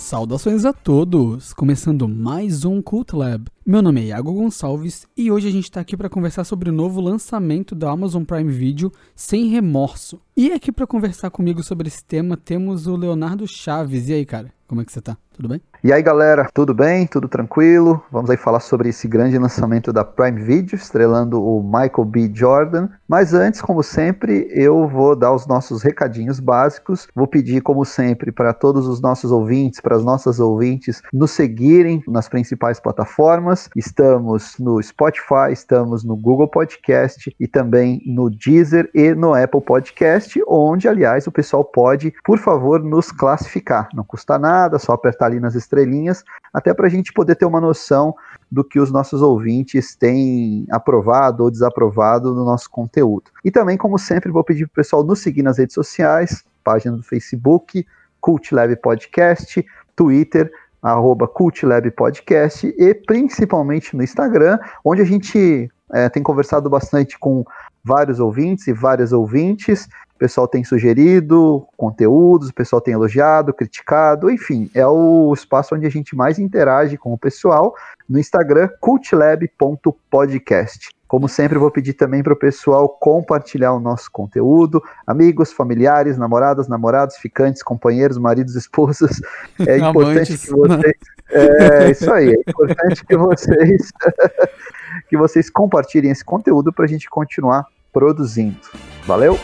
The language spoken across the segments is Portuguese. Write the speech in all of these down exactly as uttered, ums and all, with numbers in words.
Saudações a todos! Começando mais um Cult Lab. Meu nome é Iago Gonçalves e hoje a gente tá aqui para conversar sobre o novo lançamento da Amazon Prime Video, Sem Remorso. E aqui para conversar comigo sobre esse tema temos o Leonardo Chaves. E aí, cara? Como é que você tá? Tudo bem? E aí, galera, tudo bem? Tudo tranquilo? Vamos aí falar sobre esse grande lançamento da Prime Video, estrelando o Michael B. Jordan. Mas antes, como sempre, eu vou dar os nossos recadinhos básicos. Vou pedir, como sempre, para todos os nossos ouvintes, para as nossas ouvintes, nos seguirem nas principais plataformas. Estamos no Spotify, estamos no Google Podcast e também no Deezer e no Apple Podcast, onde, aliás, o pessoal pode, por favor, nos classificar. Não custa nada, só apertar ali nas estrelinhas, até para a gente poder ter uma noção do que os nossos ouvintes têm aprovado ou desaprovado no nosso conteúdo. E também, como sempre, vou pedir para o pessoal nos seguir nas redes sociais, página do Facebook, Cult Lab Podcast, Twitter, arroba Cult Lab Podcast e principalmente no Instagram, onde a gente é, tem conversado bastante com vários ouvintes e várias ouvintes. O pessoal tem sugerido conteúdos, o pessoal tem elogiado, criticado, enfim, é o espaço onde a gente mais interage com o pessoal no Instagram, cultlab ponto podcast. Como sempre, eu vou pedir também para o pessoal compartilhar o nosso conteúdo, amigos, familiares, namoradas, namorados, ficantes, companheiros, maridos, esposas. É importante que vocês... É isso aí, é importante que vocês, que vocês compartilhem esse conteúdo para a gente continuar produzindo. Valeu!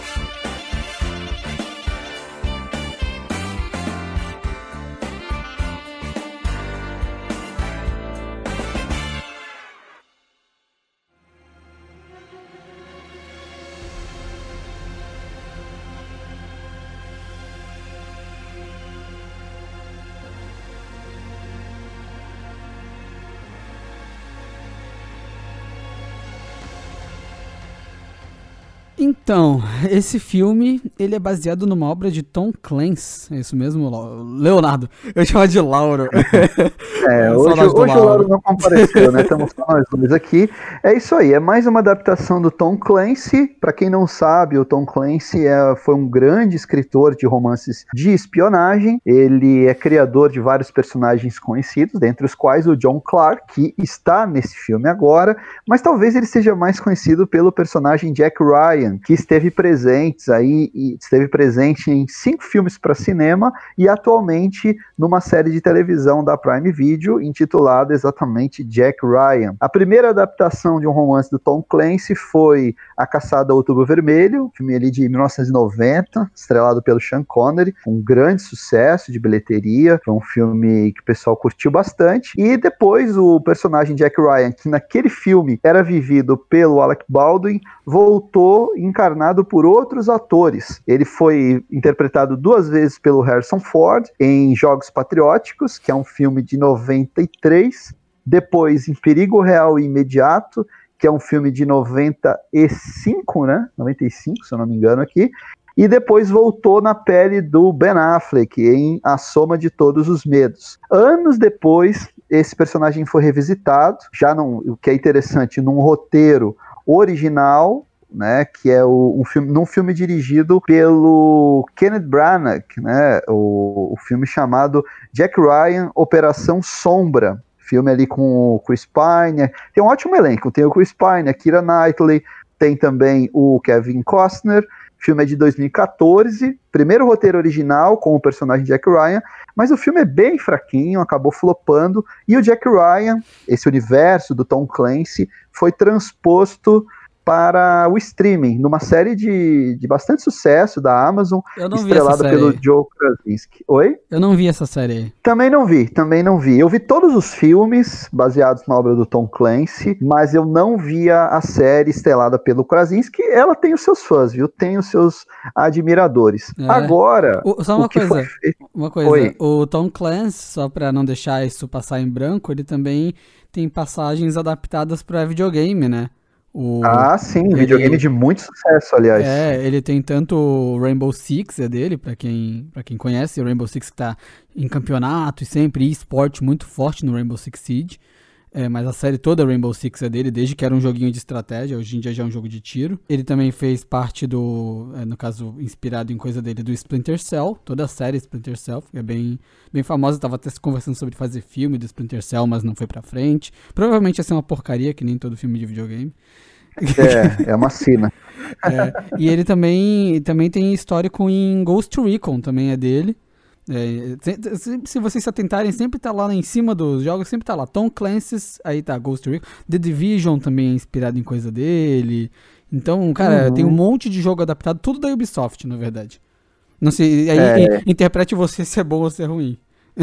Então, esse filme, ele é baseado numa obra de Tom Clancy, é isso mesmo, Leonardo? Eu chamo de Lauro. É, hoje, hoje Lauro. o Lauro não compareceu, né? Estamos só nós dois aqui. É isso aí, é mais uma adaptação do Tom Clancy. Para quem não sabe, o Tom Clancy é, foi um grande escritor de romances de espionagem. Ele é criador de vários personagens conhecidos, dentre os quais o John Clark, que está nesse filme agora, mas talvez ele seja mais conhecido pelo personagem Jack Ryan, que esteve presente aí, esteve presente em cinco filmes para cinema e atualmente numa série de televisão da Prime Video intitulada exatamente Jack Ryan. A primeira adaptação de um romance do Tom Clancy foi A Caçada ao Outubro Vermelho, filme ali de mil novecentos e noventa, estrelado pelo Sean Connery, um grande sucesso de bilheteria, foi um filme que o pessoal curtiu bastante, e depois o personagem Jack Ryan, que naquele filme era vivido pelo Alec Baldwin, voltou encarnado por outros atores. Ele foi interpretado duas vezes pelo Harrison Ford em Jogos Patrióticos, que é um filme de noventa e três, depois em Perigo Real e Imediato, que é um filme de noventa e cinco, né? noventa e cinco, se eu não me engano aqui, e depois voltou na pele do Ben Affleck em A Soma de Todos os Medos. Anos depois, esse personagem foi revisitado, já num, o que é interessante, num roteiro original, né, que é o, um filme, num filme dirigido pelo Kenneth Branagh, né, o, o filme chamado Jack Ryan, Operação Sombra, filme ali com o Chris Pine, tem um ótimo elenco, tem o Chris Pine, a Keira Knightley, tem também o Kevin Costner. O filme é de dois mil e catorze, primeiro roteiro original com o personagem Jack Ryan, mas o filme é bem fraquinho, acabou flopando, e o Jack Ryan, esse universo do Tom Clancy, foi transposto para o streaming, numa série de, de bastante sucesso da Amazon, estrelada pelo Joe Krasinski. Oi? Eu não vi essa série aí. Também não vi, também não vi. Eu vi todos os filmes baseados na obra do Tom Clancy, mas eu não via a série estrelada pelo Krasinski. Ela tem os seus fãs, viu? Tem os seus admiradores. É. Agora... O, só uma coisa, uma coisa. Oi? O Tom Clancy, só para não deixar isso passar em branco, ele também tem passagens adaptadas para videogame, né? O, ah, sim, ele, videogame de muito sucesso, aliás. É, ele tem tanto o Rainbow Six, é dele, pra quem, pra quem conhece, o Rainbow Six que tá em campeonato e sempre, e esporte muito forte no Rainbow Six Siege. É, mas a série toda Rainbow Six é dele, desde que era um joguinho de estratégia, hoje em dia já é um jogo de tiro. Ele também fez parte do, é, no caso, inspirado em coisa dele, do Splinter Cell, toda a série Splinter Cell, que é bem, bem famosa. Tava até conversando sobre fazer filme do Splinter Cell, mas não foi pra frente. Provavelmente ia ser uma porcaria, que nem todo filme de videogame. É, é uma sina. É, e ele também, também tem histórico em Ghost Recon, também é dele. É, se, se vocês se atentarem, sempre tá lá em cima dos jogos, sempre tá lá Tom Clancy's, aí tá Ghost Recon. The Division também é inspirado em coisa dele. Então, cara, uhum. tem um monte de jogo adaptado, tudo da Ubisoft, na verdade. Não sei, aí é. interprete você se é bom ou se é ruim.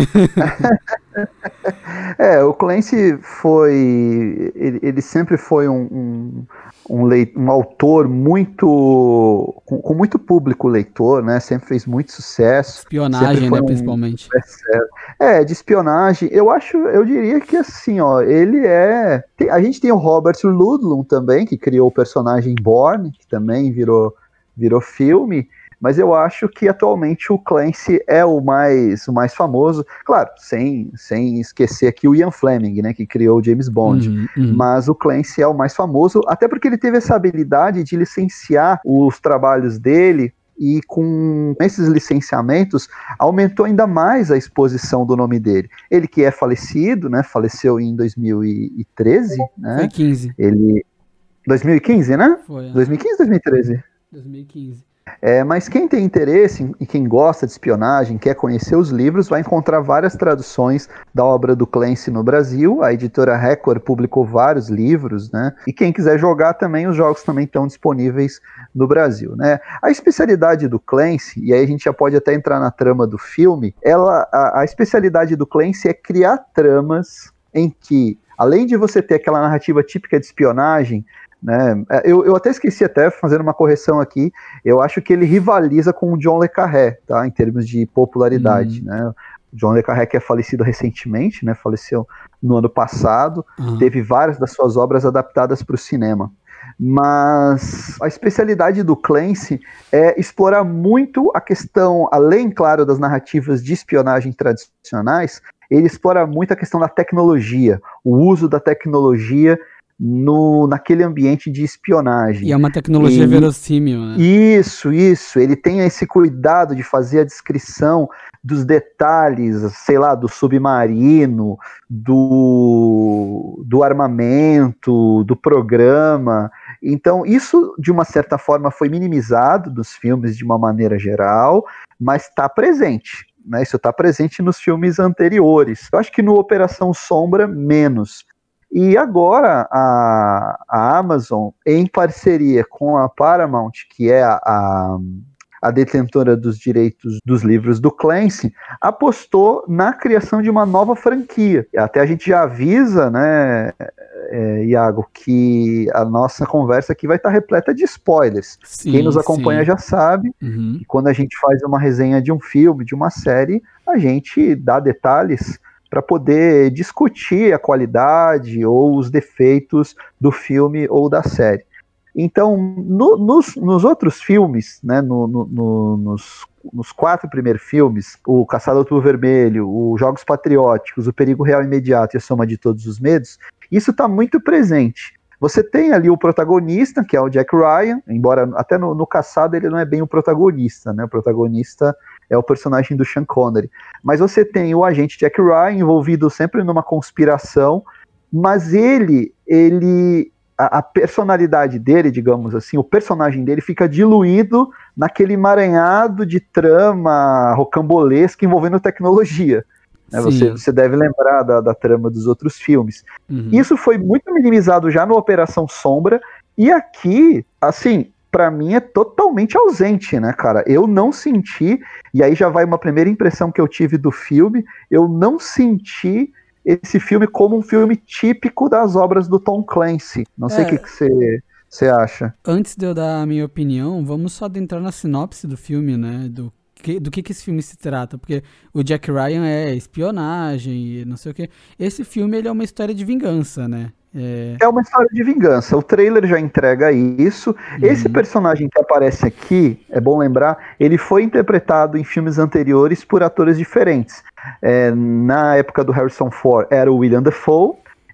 É, o Clancy foi, ele, ele sempre foi um, um, um, leit, um autor muito, com, com muito público leitor, né, sempre fez muito sucesso. Espionagem, né, um, principalmente. É, de espionagem, eu acho, eu diria que assim, ó, ele é, tem, a gente tem o Robert Ludlum também, que criou o personagem Bourne, que também virou, virou filme. Mas eu acho que atualmente o Clancy é o mais, o mais famoso, claro, sem, sem esquecer aqui o Ian Fleming, né, que criou o James Bond, uhum, uhum. mas o Clancy é o mais famoso, até porque ele teve essa habilidade de licenciar os trabalhos dele, e com esses licenciamentos aumentou ainda mais a exposição do nome dele. Ele que é falecido, né, faleceu em dois mil e treze, né? Foi quinze. Ele dois mil e quinze, né? Foi. É. dois mil e quinze, dois mil e treze. dois mil e quinze. É, mas quem tem interesse e quem gosta de espionagem, quer conhecer os livros, vai encontrar várias traduções da obra do Clancy no Brasil. A editora Record publicou vários livros, né? E quem quiser jogar também, os jogos também estão disponíveis no Brasil, né? A especialidade do Clancy, e aí a gente já pode até entrar na trama do filme, ela, a, a especialidade do Clancy é criar tramas em que, além de você ter aquela narrativa típica de espionagem, né, eu, eu até esqueci, até fazendo uma correção aqui, eu acho que ele rivaliza com o John le Carré, tá, em termos de popularidade, uhum. né, o John le Carré, que é falecido recentemente, né, faleceu no ano passado, uhum. teve várias das suas obras adaptadas para o cinema, mas a especialidade do Clancy é explorar muito a questão, além, claro, das narrativas de espionagem tradicionais, ele explora muito a questão da tecnologia, o uso da tecnologia No, naquele ambiente de espionagem. E é uma tecnologia e, verossímil, né? Isso, isso. Ele tem esse cuidado de fazer a descrição dos detalhes, sei lá, do submarino, do, do armamento, do programa. Então, isso, de uma certa forma, foi minimizado nos filmes de uma maneira geral, mas está presente. Né? Isso está presente nos filmes anteriores. Eu acho que no Operação Sombra, menos. E agora a, a Amazon, em parceria com a Paramount, que é a, a, a detentora dos direitos dos livros do Clancy, apostou na criação de uma nova franquia. Até a gente já avisa, né, é, Iago, que a nossa conversa aqui vai estar repleta de spoilers. Sim, quem nos acompanha sim. já sabe uhum. que quando a gente faz uma resenha de um filme, de uma série, a gente dá detalhes para poder discutir a qualidade ou os defeitos do filme ou da série. Então, no, nos, nos outros filmes, né, no, no, no, nos, nos quatro primeiros filmes, o Caçado ao Outubro Vermelho, os Jogos Patrióticos, o Perigo Real Imediato e a Soma de Todos os Medos, isso está muito presente. Você tem ali o protagonista, que é o Jack Ryan, embora até no, no Caçado ele não é bem o protagonista, né? O protagonista é o personagem do Sean Connery. Mas você tem o agente Jack Ryan envolvido sempre numa conspiração, mas ele, ele a, a personalidade dele, digamos assim, o personagem dele fica diluído naquele emaranhado de trama rocambolesca envolvendo tecnologia. Né? Você, você deve lembrar da, da trama dos outros filmes. Uhum. Isso foi muito minimizado já no Operação Sombra, e aqui, assim, pra mim é totalmente ausente, né, cara? Eu não senti, e aí já vai uma primeira impressão que eu tive do filme, eu não senti esse filme como um filme típico das obras do Tom Clancy. Não sei o é, que você... Você acha? Antes de eu dar a minha opinião, vamos só adentrar na sinopse do filme, né? Do que, do que, que esse filme se trata. Porque o Jack Ryan é espionagem e não sei o que. Esse filme ele é uma história de vingança, né? É... é uma história de vingança. O trailer já entrega isso. Uhum. Esse personagem que aparece aqui, é bom lembrar, ele foi interpretado em filmes anteriores por atores diferentes. É, na época do Harrison Ford era o William Dafoe.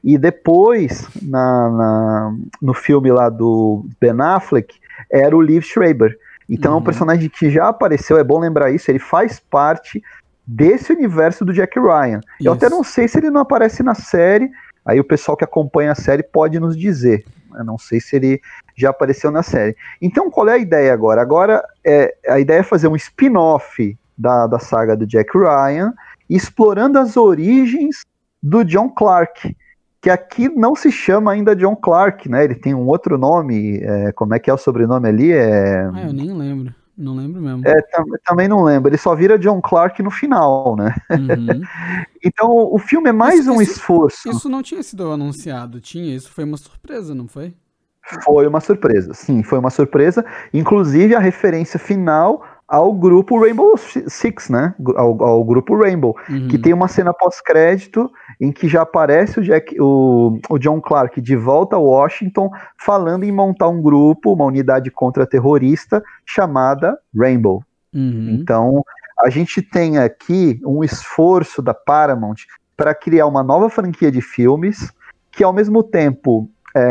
E depois, na, na, no filme lá do Ben Affleck, era o Liev Schreiber. Então uhum. é um personagem que já apareceu, é bom lembrar isso, ele faz parte desse universo do Jack Ryan. Isso. Eu até não sei se ele não aparece na série, aí o pessoal que acompanha a série pode nos dizer. Eu não sei se ele já apareceu na série. Então qual é a ideia agora? Agora é, a ideia é fazer um spin-off da, da saga do Jack Ryan, explorando as origens do John Clark, que aqui não se chama ainda John Clark, né? Ele tem um outro nome, é, como é que é o sobrenome ali? É... Ah, eu nem lembro, não lembro mesmo. É, tam, também não lembro, ele só vira John Clark no final, né? Uhum. Então o filme é mais isso, um isso, esforço. Isso não tinha sido anunciado, tinha? Isso foi uma surpresa, não foi? Foi uma surpresa, sim, foi uma surpresa. Inclusive a referência final ao grupo Rainbow Six, né? Ao, ao grupo Rainbow, uhum. que tem uma cena pós-crédito em que já aparece o, Jack, o, o John Clark de volta a Washington falando em montar um grupo, uma unidade contra-terrorista chamada Rainbow. Uhum. Então, a gente tem aqui um esforço da Paramount para criar uma nova franquia de filmes que, ao mesmo tempo,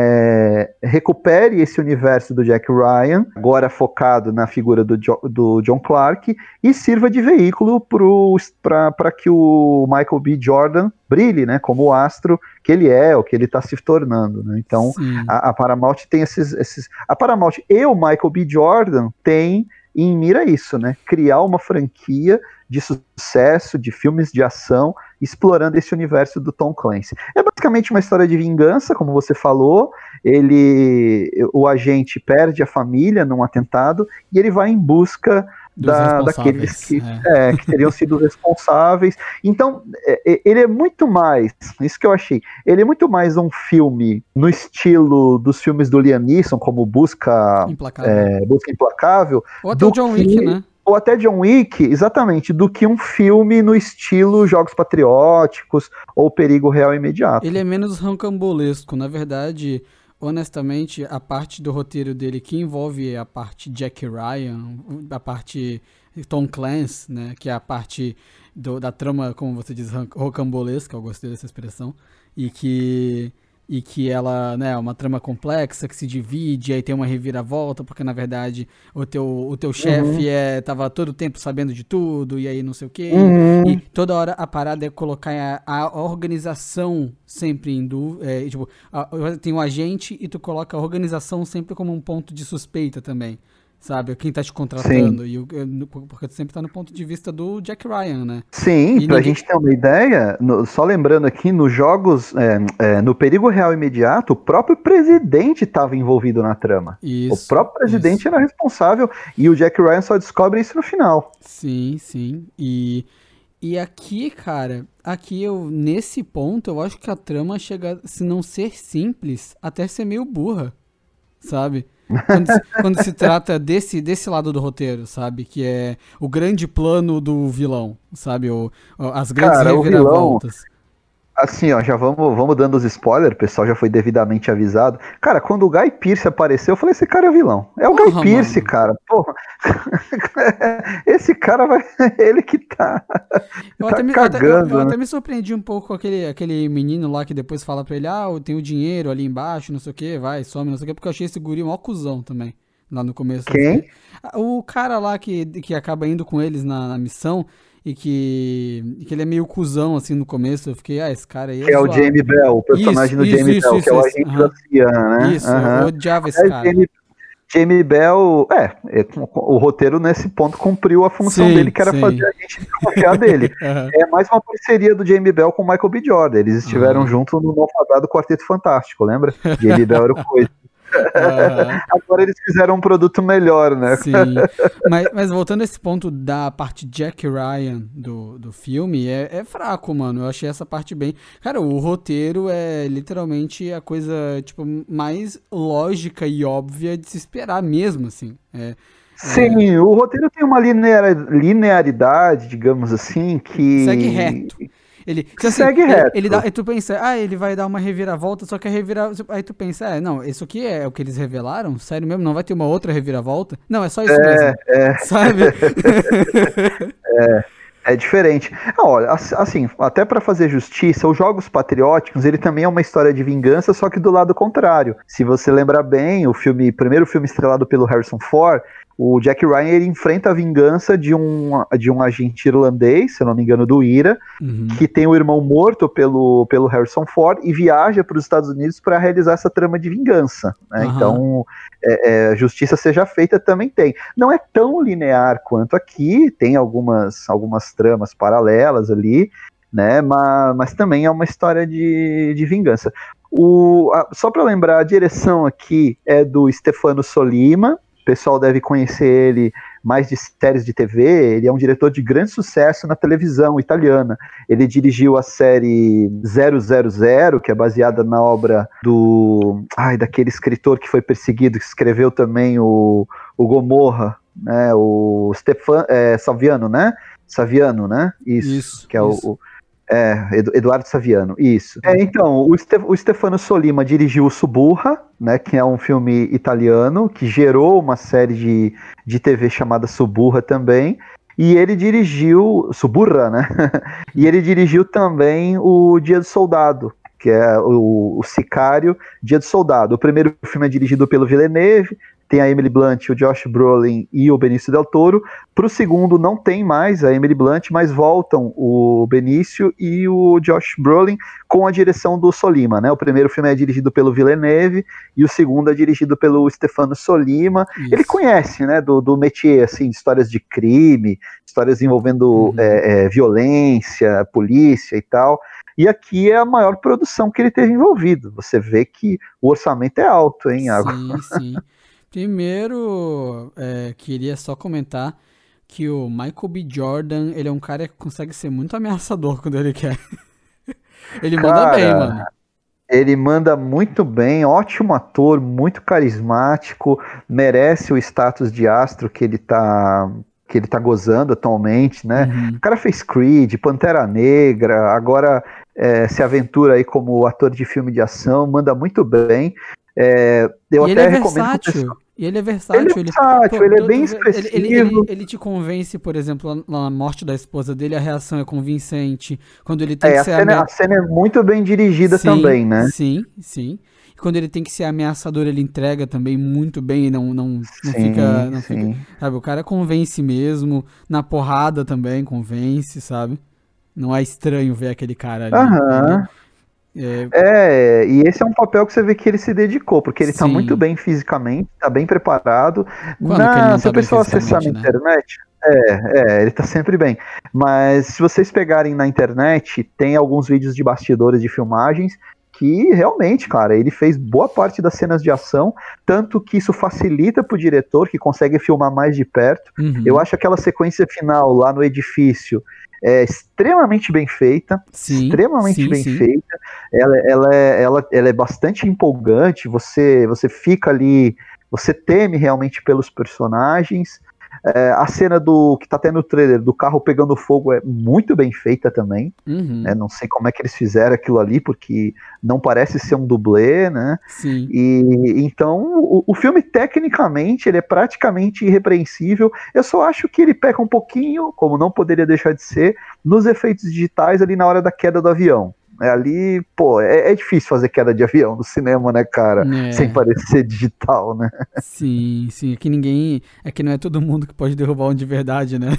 É, recupere esse universo do Jack Ryan, agora focado na figura do, jo, do John Clark, e sirva de veículo para que o Michael B. Jordan brilhe, né, como o astro que ele é, o que ele está se tornando. Né? Então, a, a Paramount tem esses, esses... A Paramount e o Michael B. Jordan têm em mira isso, né? Criar uma franquia de sucesso, de filmes de ação, explorando esse universo do Tom Clancy. É basicamente uma história de vingança, como você falou. Ele, o agente perde a família num atentado e ele vai em busca da, daqueles que, é. É, que teriam sido responsáveis. Então, é, ele é muito mais, isso que eu achei, ele é muito mais um filme no estilo dos filmes do Liam Neeson, como Busca Implacável, é, Busca Implacável, ou até o John Wick, que, né? Ou até John Wick, exatamente, do que um filme no estilo Jogos Patrióticos ou Perigo Real Imediato. Ele é menos rocambolesco, na verdade. Honestamente, a parte do roteiro dele que envolve a parte Jack Ryan, a parte Tom Clancy, né, que é a parte do, da trama, como você diz, rocambolesca, eu gostei dessa expressão, e que, e que ela, né, é uma trama complexa que se divide, aí tem uma reviravolta, porque na verdade o teu, o teu chefe uhum. é, tava todo o tempo sabendo de tudo, e aí não sei o quê, uhum. e, e toda hora a parada é colocar a, a organização sempre em dúvida, é, tipo, a, tem um agente e tu coloca a organização sempre como um ponto de suspeita também, sabe? Quem tá te contratando, e, porque tu sempre tá no ponto de vista do Jack Ryan, né? Sim, e pra ninguém... gente ter uma ideia, no, só lembrando aqui, nos jogos, é, é, no Perigo Real Imediato, o próprio presidente estava envolvido na trama. Isso, o próprio presidente isso. era responsável, e o Jack Ryan só descobre isso no final. Sim, sim, e... E aqui, cara, aqui eu, nesse ponto, eu acho que a trama chega, se não ser simples, até ser meio burra, sabe? Quando se, quando se trata desse, desse lado do roteiro, sabe? Que é o grande plano do vilão, sabe? O, as grandes cara, reviravoltas. Assim, ó, já vamos, vamos dando os spoilers, o pessoal já foi devidamente avisado. Cara, quando o Guy Pearce apareceu, eu falei, esse cara é vilão. É o Porra, Guy Pearce, mano. cara. Porra. Esse cara vai... Ele que tá, eu tá até me, cagando. Eu, até, eu, eu né? até me surpreendi um pouco com aquele, aquele menino lá que depois fala pra ele, ah, eu tenho dinheiro ali embaixo, não sei o que, vai, some, não sei o que, porque eu achei esse guri um cuzão também, lá no começo. Quem? O cara lá que, que acaba indo com eles na, na missão... E que, que ele é meio cuzão, assim, no começo. Eu fiquei, ah, esse cara aí é Que é o zoado. Jamie Bell, o personagem do isso, Jamie isso, Bell, isso, que é o isso, agente uhum. da C I A, né? Isso, uhum. eu odiava esse é, cara. Jamie, Jamie Bell, é, é, o roteiro nesse ponto cumpriu a função sim, dele, que era sim. fazer a gente desconfiar dele. uhum. É mais uma parceria do Jamie Bell com o Michael B. Jordan. Eles estiveram uhum. juntos no malfadado Quarteto Fantástico, lembra? Jamie Bell era o coisa. Uhum. Agora eles fizeram um produto melhor, né? Sim, mas, mas voltando a esse ponto da parte Jack Ryan do, do filme, é, é fraco, mano. Eu achei essa parte bem... Cara, o roteiro é literalmente a coisa, tipo, mais lógica e óbvia de se esperar mesmo, assim. É, Sim, é... o roteiro tem uma linear, linearidade, digamos assim, que... Segue reto. Ele assim, segue ele, reto. Ele dá, e tu pensa, ah, ele vai dar uma reviravolta, só que a reviravolta. Aí tu pensa, é, não, isso aqui é o que eles revelaram? Sério mesmo? Não vai ter uma outra reviravolta? Não, é só isso é, mesmo. É. Sabe? é. É diferente. Ah, olha, assim, até para fazer justiça, os Jogos Patrióticos, ele também é uma história de vingança, só que do lado contrário. Se você lembrar bem, o filme, primeiro filme estrelado pelo Harrison Ford, o Jack Ryan ele enfrenta a vingança de um, de um agente irlandês, se eu não me engano, do IRA, uhum. que tem o irmão morto pelo, pelo Harrison Ford e viaja para os Estados Unidos para realizar essa trama de vingança. Né? Uhum. Então, é, é, justiça seja feita também tem. Não é tão linear quanto aqui, tem algumas, algumas tramas paralelas ali, né? mas, mas também é uma história de, de vingança. O, a, só para lembrar, a direção aqui é do Stefano Sollima. O pessoal deve conhecer ele mais de séries de T V, ele é um diretor de grande sucesso na televisão italiana. Ele dirigiu a série zero zero zero, que é baseada na obra do... Ai, daquele escritor que foi perseguido, que escreveu também o, o Gomorra, né, o Stefan, é, Saviano, né? Saviano, né? Isso, isso que é isso. o... É, Eduardo Saviano, isso. É, então, o, Ste o Stefano Sollima dirigiu o Suburra, né, que é um filme italiano, que gerou uma série de, de T V chamada Suburra também, e ele dirigiu, Suburra, né, e ele dirigiu também o Dia do Soldado, que é o, o Sicário, Dia do Soldado. O primeiro filme é dirigido pelo Villeneuve, tem a Emily Blunt, o Josh Brolin e o Benício Del Toro. Para o segundo não tem mais a Emily Blunt, mas voltam o Benício e o Josh Brolin com a direção do Sollima, né? O primeiro filme é dirigido pelo Villeneuve e o segundo é dirigido pelo Stefano Sollima. Isso. Ele conhece, né, do, do métier, assim, histórias de crime, histórias envolvendo uhum. é, é, violência, polícia e tal. E aqui é a maior produção que ele teve envolvido. Você vê que o orçamento é alto, hein, Iago? Sim, sim. Primeiro, é, queria só comentar que o Michael B. Jordan, ele é um cara que consegue ser muito ameaçador quando ele quer. Ele cara, manda bem, mano. Ele manda muito bem, ótimo ator, muito carismático, merece o status de astro que ele tá, que ele tá gozando atualmente, né? Uhum. O cara fez Creed, Pantera Negra, agora é, se aventura aí como ator de filme de ação, manda muito bem. É, eu e até ele é recomendo versátil. E ele é versátil. Ele é versátil, ele, ele, pô, é bem todo, expressivo. Ele, ele, ele, ele te convence, por exemplo, na morte da esposa dele, a reação é convincente. Quando ele tem é, que a ser cena, a cena é muito bem dirigida sim, também, né? Sim, sim. E quando ele tem que ser ameaçador, ele entrega também muito bem e não, não, não sim, fica... Não sim. fica, sabe, o cara convence mesmo, na porrada também convence, sabe? Não é estranho ver aquele cara ali. Aham. Ele, É... é, e esse é um papel que você vê que ele se dedicou, porque ele Sim. tá muito bem fisicamente, tá bem preparado. Quando na, que ele não se tá o pessoal acessar na né? internet, é, é, ele tá sempre bem. Mas se vocês pegarem na internet, tem alguns vídeos de bastidores de filmagens que realmente, cara, ele fez boa parte das cenas de ação, tanto que isso facilita pro diretor, que consegue filmar mais de perto. Uhum. Eu acho aquela sequência final lá no edifício é extremamente bem feita, sim, extremamente sim, bem sim. feita, ela, ela, é, ela, ela é bastante empolgante, você, você fica ali, você teme realmente pelos personagens. É, a cena do que tá tendo no trailer do carro pegando fogo é muito bem feita também, uhum. né? Não sei como é que eles fizeram aquilo ali, porque não parece ser um dublê, né? Sim. E então o, o filme tecnicamente ele é praticamente irrepreensível. Eu só acho que ele peca um pouquinho, como não poderia deixar de ser, nos efeitos digitais ali na hora da queda do avião. É, ali, pô, é, é difícil fazer queda de avião no cinema, né, cara? É. Sem parecer digital, né? Sim, sim. Aqui ninguém... É que não é todo mundo que pode derrubar um de verdade, né?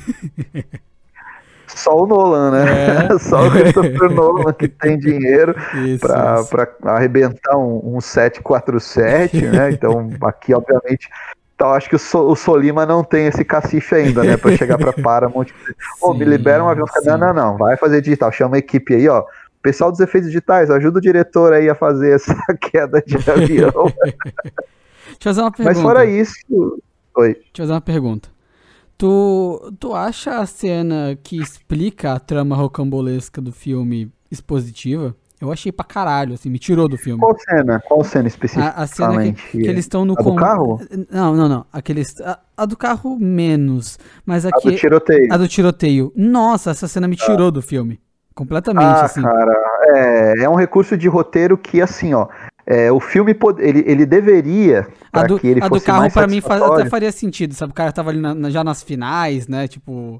Só o Nolan, né? É. Só o Christopher Nolan que tem dinheiro isso, pra, isso. pra arrebentar um, um sete quatro sete, né? Então, aqui, obviamente... Então, acho que o, so, o Sollima não tem esse cacife ainda, né? Pra chegar pra Paramount. Ô, oh, me libera um avião. Não, não, não. Vai fazer digital. Chama a equipe aí, ó. Pessoal dos efeitos digitais, ajuda o diretor aí a fazer essa queda de avião. Deixa eu fazer uma pergunta. Mas fora isso... Oi. Deixa eu fazer uma pergunta. Tu, tu acha a cena que explica a trama rocambolesca do filme expositiva? Eu achei pra caralho, assim, me tirou do filme. Qual cena? Qual cena especificamente? A, a cena que, que eles estão no... A do com... carro? Não, não, não. Aqueles, a, a do carro menos. Mas aqui, a do tiroteio. A do tiroteio. Nossa, essa cena me tirou ah. do filme. Completamente, ah, assim. cara, é, é um recurso de roteiro que, assim, ó, é, o filme, ele, ele deveria, a do, que ele a fosse do carro, mais pra mim, faz, até faria sentido, sabe? O cara tava ali na, na, já nas finais, né, tipo,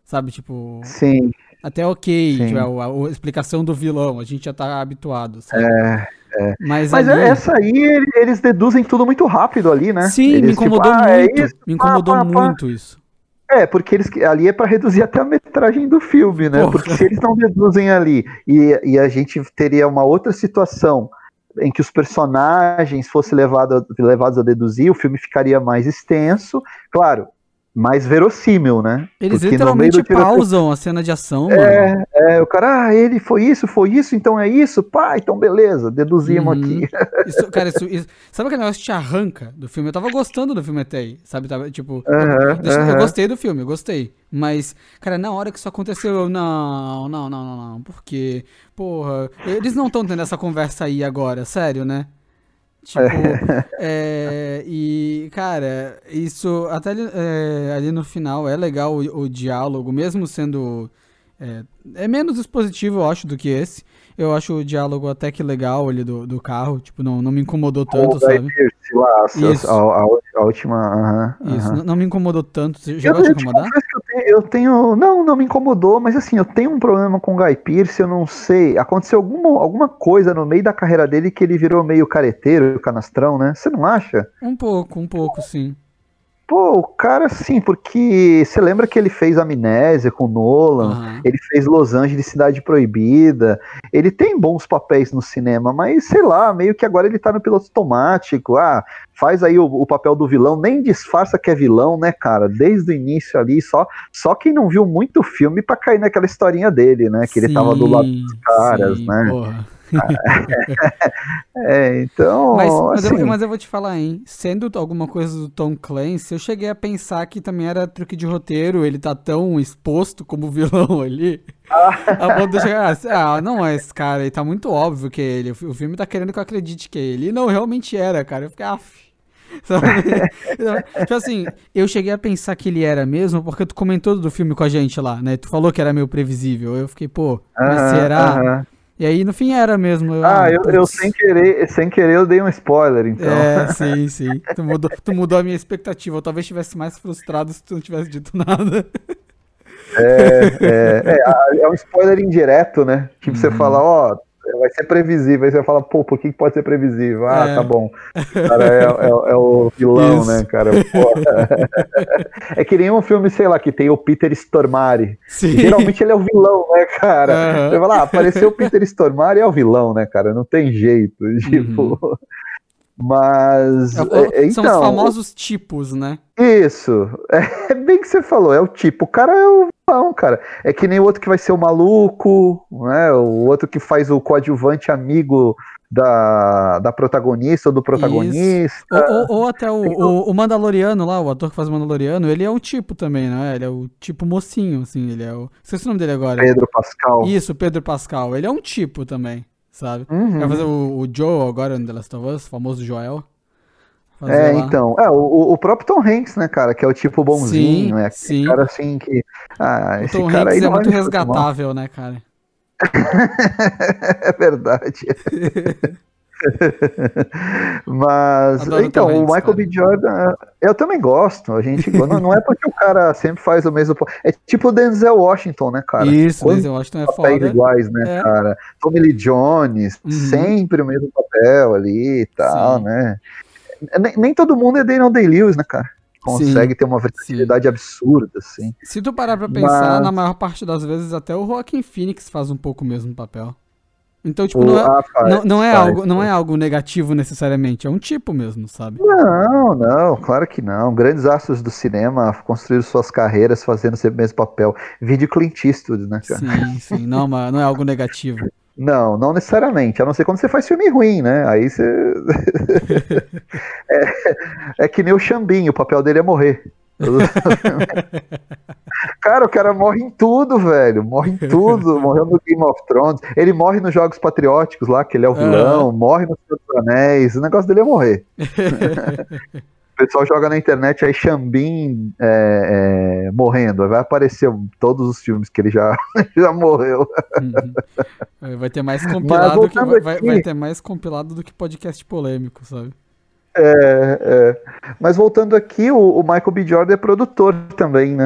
sabe? Tipo... Sim. Até ok, Sim. tipo, a, a, a explicação do vilão, a gente já tá habituado, sabe? É, é. Mas, Mas ali... essa aí, eles deduzem tudo muito rápido ali, né? Sim, eles, me incomodou tipo, ah, muito, é isso, me incomodou pá, pá, pá. muito isso. É, porque eles ali é pra reduzir até a metragem do filme, né? Porra. Porque se eles não deduzem ali e, e a gente teria uma outra situação em que os personagens fossem levado, levados a deduzir, o filme ficaria mais extenso, claro, mais verossímil, né? Eles Porque literalmente no meio do pausam a cena de ação, é, mano. É, o cara, ah, ele foi isso, foi isso, então é isso, pá, então beleza, deduzimos Uhum. aqui. Isso, cara, isso, isso, sabe aquele negócio que te arranca do filme? Eu tava gostando do filme até aí, sabe? Tava, tipo, Uhum, eu, deixa, uhum. eu gostei do filme, eu gostei. Mas, cara, na hora que isso aconteceu, eu, não, não, não, não, não, porque, porra, eles não estão tendo essa conversa aí agora, sério, né? Tipo, é, e, cara, isso até ali, é, ali no final é legal o, o diálogo, mesmo sendo. É, é menos expositivo, eu acho, do que esse. Eu acho o diálogo até que legal ali do, do carro, tipo, não, não me incomodou tanto, O Guy sabe? Pearce lá, Isso. a, a, a última. Uhum, Isso, uhum. não, não me incomodou tanto. Você Eu, chegou a te eu te incomodar? confesso que eu tenho, eu tenho. Não, não me incomodou, mas assim, eu tenho um problema com o Guy Pearce, eu não sei. Aconteceu alguma, alguma coisa no meio da carreira dele que ele virou meio careteiro, canastrão, né? Você não acha? Um pouco, um pouco, sim. Pô, o cara, sim, porque você lembra que ele fez Amnésia com Nolan, Aham. ele fez Los Angeles Cidade Proibida, ele tem bons papéis no cinema, mas sei lá, meio que agora ele tá no piloto automático, ah, faz aí o, o papel do vilão, nem disfarça que é vilão, né, cara, desde o início ali, só, só quem não viu muito filme pra cair naquela historinha dele, né, que ele tava do lado dos Sim, caras, sim, né. porra. É, Mas, então, mas, assim... eu, mas eu vou te falar, hein? Sendo alguma coisa do Tom Clancy, eu cheguei a pensar que também era truque de roteiro, ele tá tão exposto como vilão ali. A ponto de eu chegar, ah, não é esse cara, ele tá muito óbvio que é ele. O filme tá querendo que eu acredite que é ele. E não, realmente era, cara. Eu fiquei, af. Sabe? Tipo assim, eu cheguei a pensar que ele era mesmo, porque tu comentou do filme com a gente lá, né? Tu falou que era meio previsível. Eu fiquei, pô, mas Aham, será? aham. E aí no fim era mesmo. Eu, Ah, ah, eu, eu putz. sem querer, sem querer eu dei um spoiler, então. É, sim, sim. Tu mudou, tu mudou a minha expectativa. Eu talvez estivesse mais frustrado se tu não tivesse dito nada. É, é, é, é um spoiler indireto, né? Tipo, você fala, Uhum. ó, vai ser previsível. Aí você fala, pô, por que que pode ser previsível? Ah, tá É. bom. O cara é, é- é o vilão, né, Isso. cara? Pô. É que nem um filme, sei lá, que tem o Peter Stormare. Sim. Geralmente ele é o vilão, né, cara? Aham. Você fala, ah, apareceu o Peter Stormare, é o vilão, né, cara? Não tem jeito. Tipo. Uhum. Mas. É o- é, São os então. famosos tipos, né? Isso, é bem que você falou, é o tipo, o cara é o vilão, cara. É que nem o outro que vai ser o maluco, né? O outro que faz o coadjuvante amigo da, da protagonista ou do Isso. protagonista. Ou, ou, ou até o, Tem o- o, o Mandaloriano lá, o ator que faz o Mandaloriano, ele é um tipo também, né? Ele é o tipo mocinho, assim, ele é o... Esqueci o nome dele agora. Pedro Pascal. Isso, Pedro Pascal. Ele é um tipo também, sabe? Uhum. Vai fazer o, o Joe agora no The Last of Us, o famoso Joel. Fazer É, lá. então. É, o, o próprio Tom Hanks, né, cara, que é o tipo bonzinho, Sim, é aquele sim. cara assim que. Ah, O esse Tom cara Hanks aí é não vai muito me fazer mal. resgatável, né, cara? É verdade. Mas, Adoro o Tom então, o Hanks, Michael cara. B. Jordan, eu também gosto. A gente não, não é porque o cara sempre faz o mesmo. É tipo o Denzel Washington, né, cara? Isso, Quantos Denzel Washington é papéis foda. iguais, né, É. cara? Tommy Lee Jones, Uhum. sempre o mesmo papel ali e tal, Sim. né? Nem, nem todo mundo é Daniel Day-Lewis, né, cara? Consegue Sim, ter uma versatilidade absurda, assim. Se tu parar pra pensar, Mas na maior parte das vezes até o Joaquin Phoenix faz um pouco o mesmo papel. Então, tipo, o, não é, ah, faz, não, não é, faz, algo, não faz. é algo negativo necessariamente, é um tipo mesmo, sabe? Não, não, claro que não. Grandes astros do cinema construíram suas carreiras fazendo sempre o mesmo papel. Vídeo Clint Eastwood, né, cara? Sim, sim, não, mas não é algo negativo. Não, não necessariamente, a não ser quando você faz filme ruim, né? Aí você. é, é que nem o Xambinho, o papel dele é morrer. Cara, o cara morre em tudo, velho. Morre em tudo. Morreu no Game of Thrones. Ele morre nos Jogos Patrióticos lá, que ele é o vilão. Aham. Morre no Senhor dos Anéis. O negócio dele é morrer. O pessoal joga na internet aí Xambin é, é, morrendo. Vai aparecer todos os filmes que ele já, já morreu. Uhum. Vai ter mais compilado que, vai, vai, vai ter mais compilado do que podcast polêmico, sabe? É, é. Mas voltando aqui, o, o Michael B. Jordan é produtor também, né?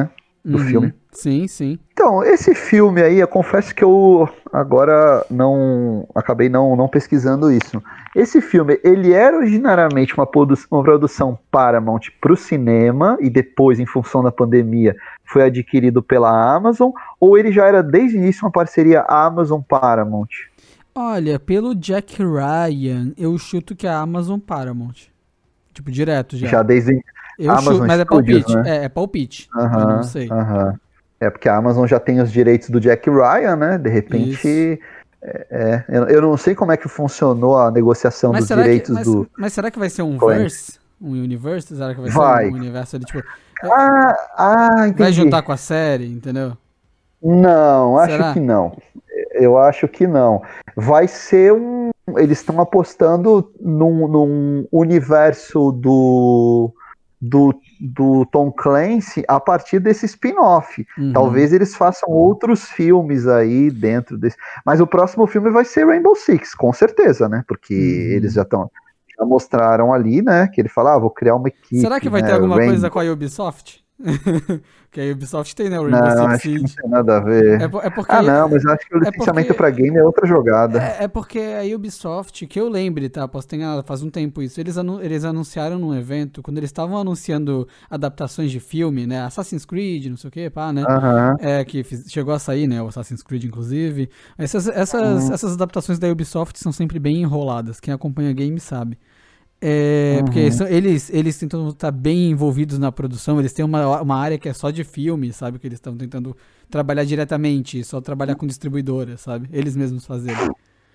do Uhum. filme. Sim, sim. Então, esse filme aí, eu confesso que eu agora não acabei não, não pesquisando isso. Esse filme, ele era originariamente uma, produ uma produção Paramount para o cinema e depois, em função da pandemia, foi adquirido pela Amazon, ou ele já era desde o início uma parceria Amazon-Paramount? Olha, pelo Jack Ryan, eu chuto que é a Amazon Paramount. Tipo, direto já. Já desde Eu Amazon chuto, mas é Studios, palpite. né? É, é palpite. Eu Aham, não sei. aham. É porque a Amazon já tem os direitos do Jack Ryan, né? De Isso. repente, é, é, eu, eu não sei como é que funcionou a negociação Mas dos será que, direitos mas, do mas será que vai ser um Clancy. verse? Um universe? Será que vai ser Vai. um universo ali, tipo... é, Ah, ah, vai entendi. juntar com a série, entendeu? Não, acho Será? que não. Eu acho que não. Vai ser um. Eles estão apostando num, num universo do, do, do Tom Clancy a partir desse spin-off. Uhum. Talvez eles façam outros filmes aí dentro desse. Mas o próximo filme vai ser Rainbow Six, com certeza, né? Porque Uhum. eles já estão. Já mostraram ali, né? Que ele fala, ah, vou criar uma equipe. Será que vai né, ter alguma Rainbow. coisa com a Ubisoft? Que a Ubisoft tem, né? O Rainbow Não, Six acho que não Siege. tem nada a ver. É, po- é porque... Ah, não, mas acho que o é licenciamento porque- pra game é outra jogada. É, é porque a Ubisoft, que eu lembre, tá? Posso ter enganado, faz um tempo isso. Eles, anu eles anunciaram num evento, quando eles estavam anunciando adaptações de filme, né? Assassin's Creed, não sei o que, pá, né? Aham. É, que fiz- chegou a sair, né? O Assassin's Creed, inclusive. Essas, essas, Uhum. essas adaptações da Ubisoft são sempre bem enroladas. Quem acompanha game sabe. É, Uhum. porque são- eles, eles tentam estar bem envolvidos na produção, eles têm uma, uma área que é só de filme, sabe? Que eles estão tentando trabalhar diretamente, só trabalhar com distribuidora, sabe? Eles mesmos fazerem.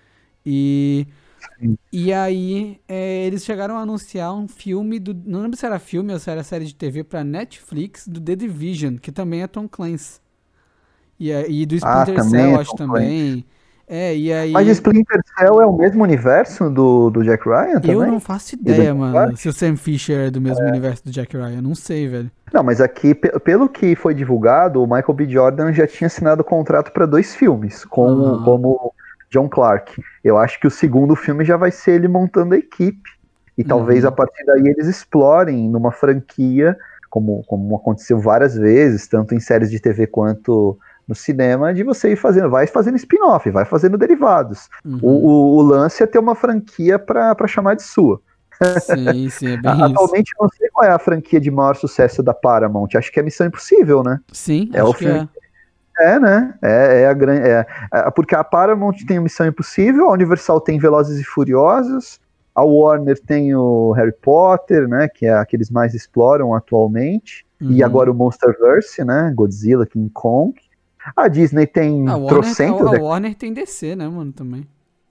E, Sim. e aí, é, eles chegaram a anunciar um filme, do, não lembro se era filme ou se era série de T V pra Netflix, do The Division, que também é Tom Clancy. E, a- e do Ah, Splinter também Cell, é acho Tom também. É, e aí... Mas Splinter Cell é o mesmo universo do, do Jack Ryan também? Eu não faço E do ideia, John mano, Clark? se o Sam Fisher é do mesmo universo do Jack Ryan. Não sei, velho. Não, mas aqui, pe- pelo que foi divulgado, o Michael B. Jordan já tinha assinado contrato para dois filmes com, Aham. como John Clark. Eu acho que o segundo filme já vai ser ele montando a equipe. E talvez Uhum. a partir daí eles explorem numa franquia, como, como aconteceu várias vezes, tanto em séries de T V quanto no cinema, de você ir fazendo, vai fazendo spin-off, vai fazendo derivados. Uhum. O, o, o lance é ter uma franquia para chamar de sua. Sim, sim, é A- bem isso. Atualmente eu não sei qual é a franquia de maior sucesso da Paramount. Acho que é Missão Impossível, né? Sim, É acho o que filme. é. É, né? É, é a grande. É, é, porque a Paramount tem o Missão Impossível, a Universal tem Velozes e Furiosos, a Warner tem o Harry Potter, né? Que é a que eles mais exploram atualmente. E Uhum. agora o Monsterverse, né? Godzilla, King Kong. A Disney tem A Warner, trocentos. a, a né? Warner tem D C, né, mano, também.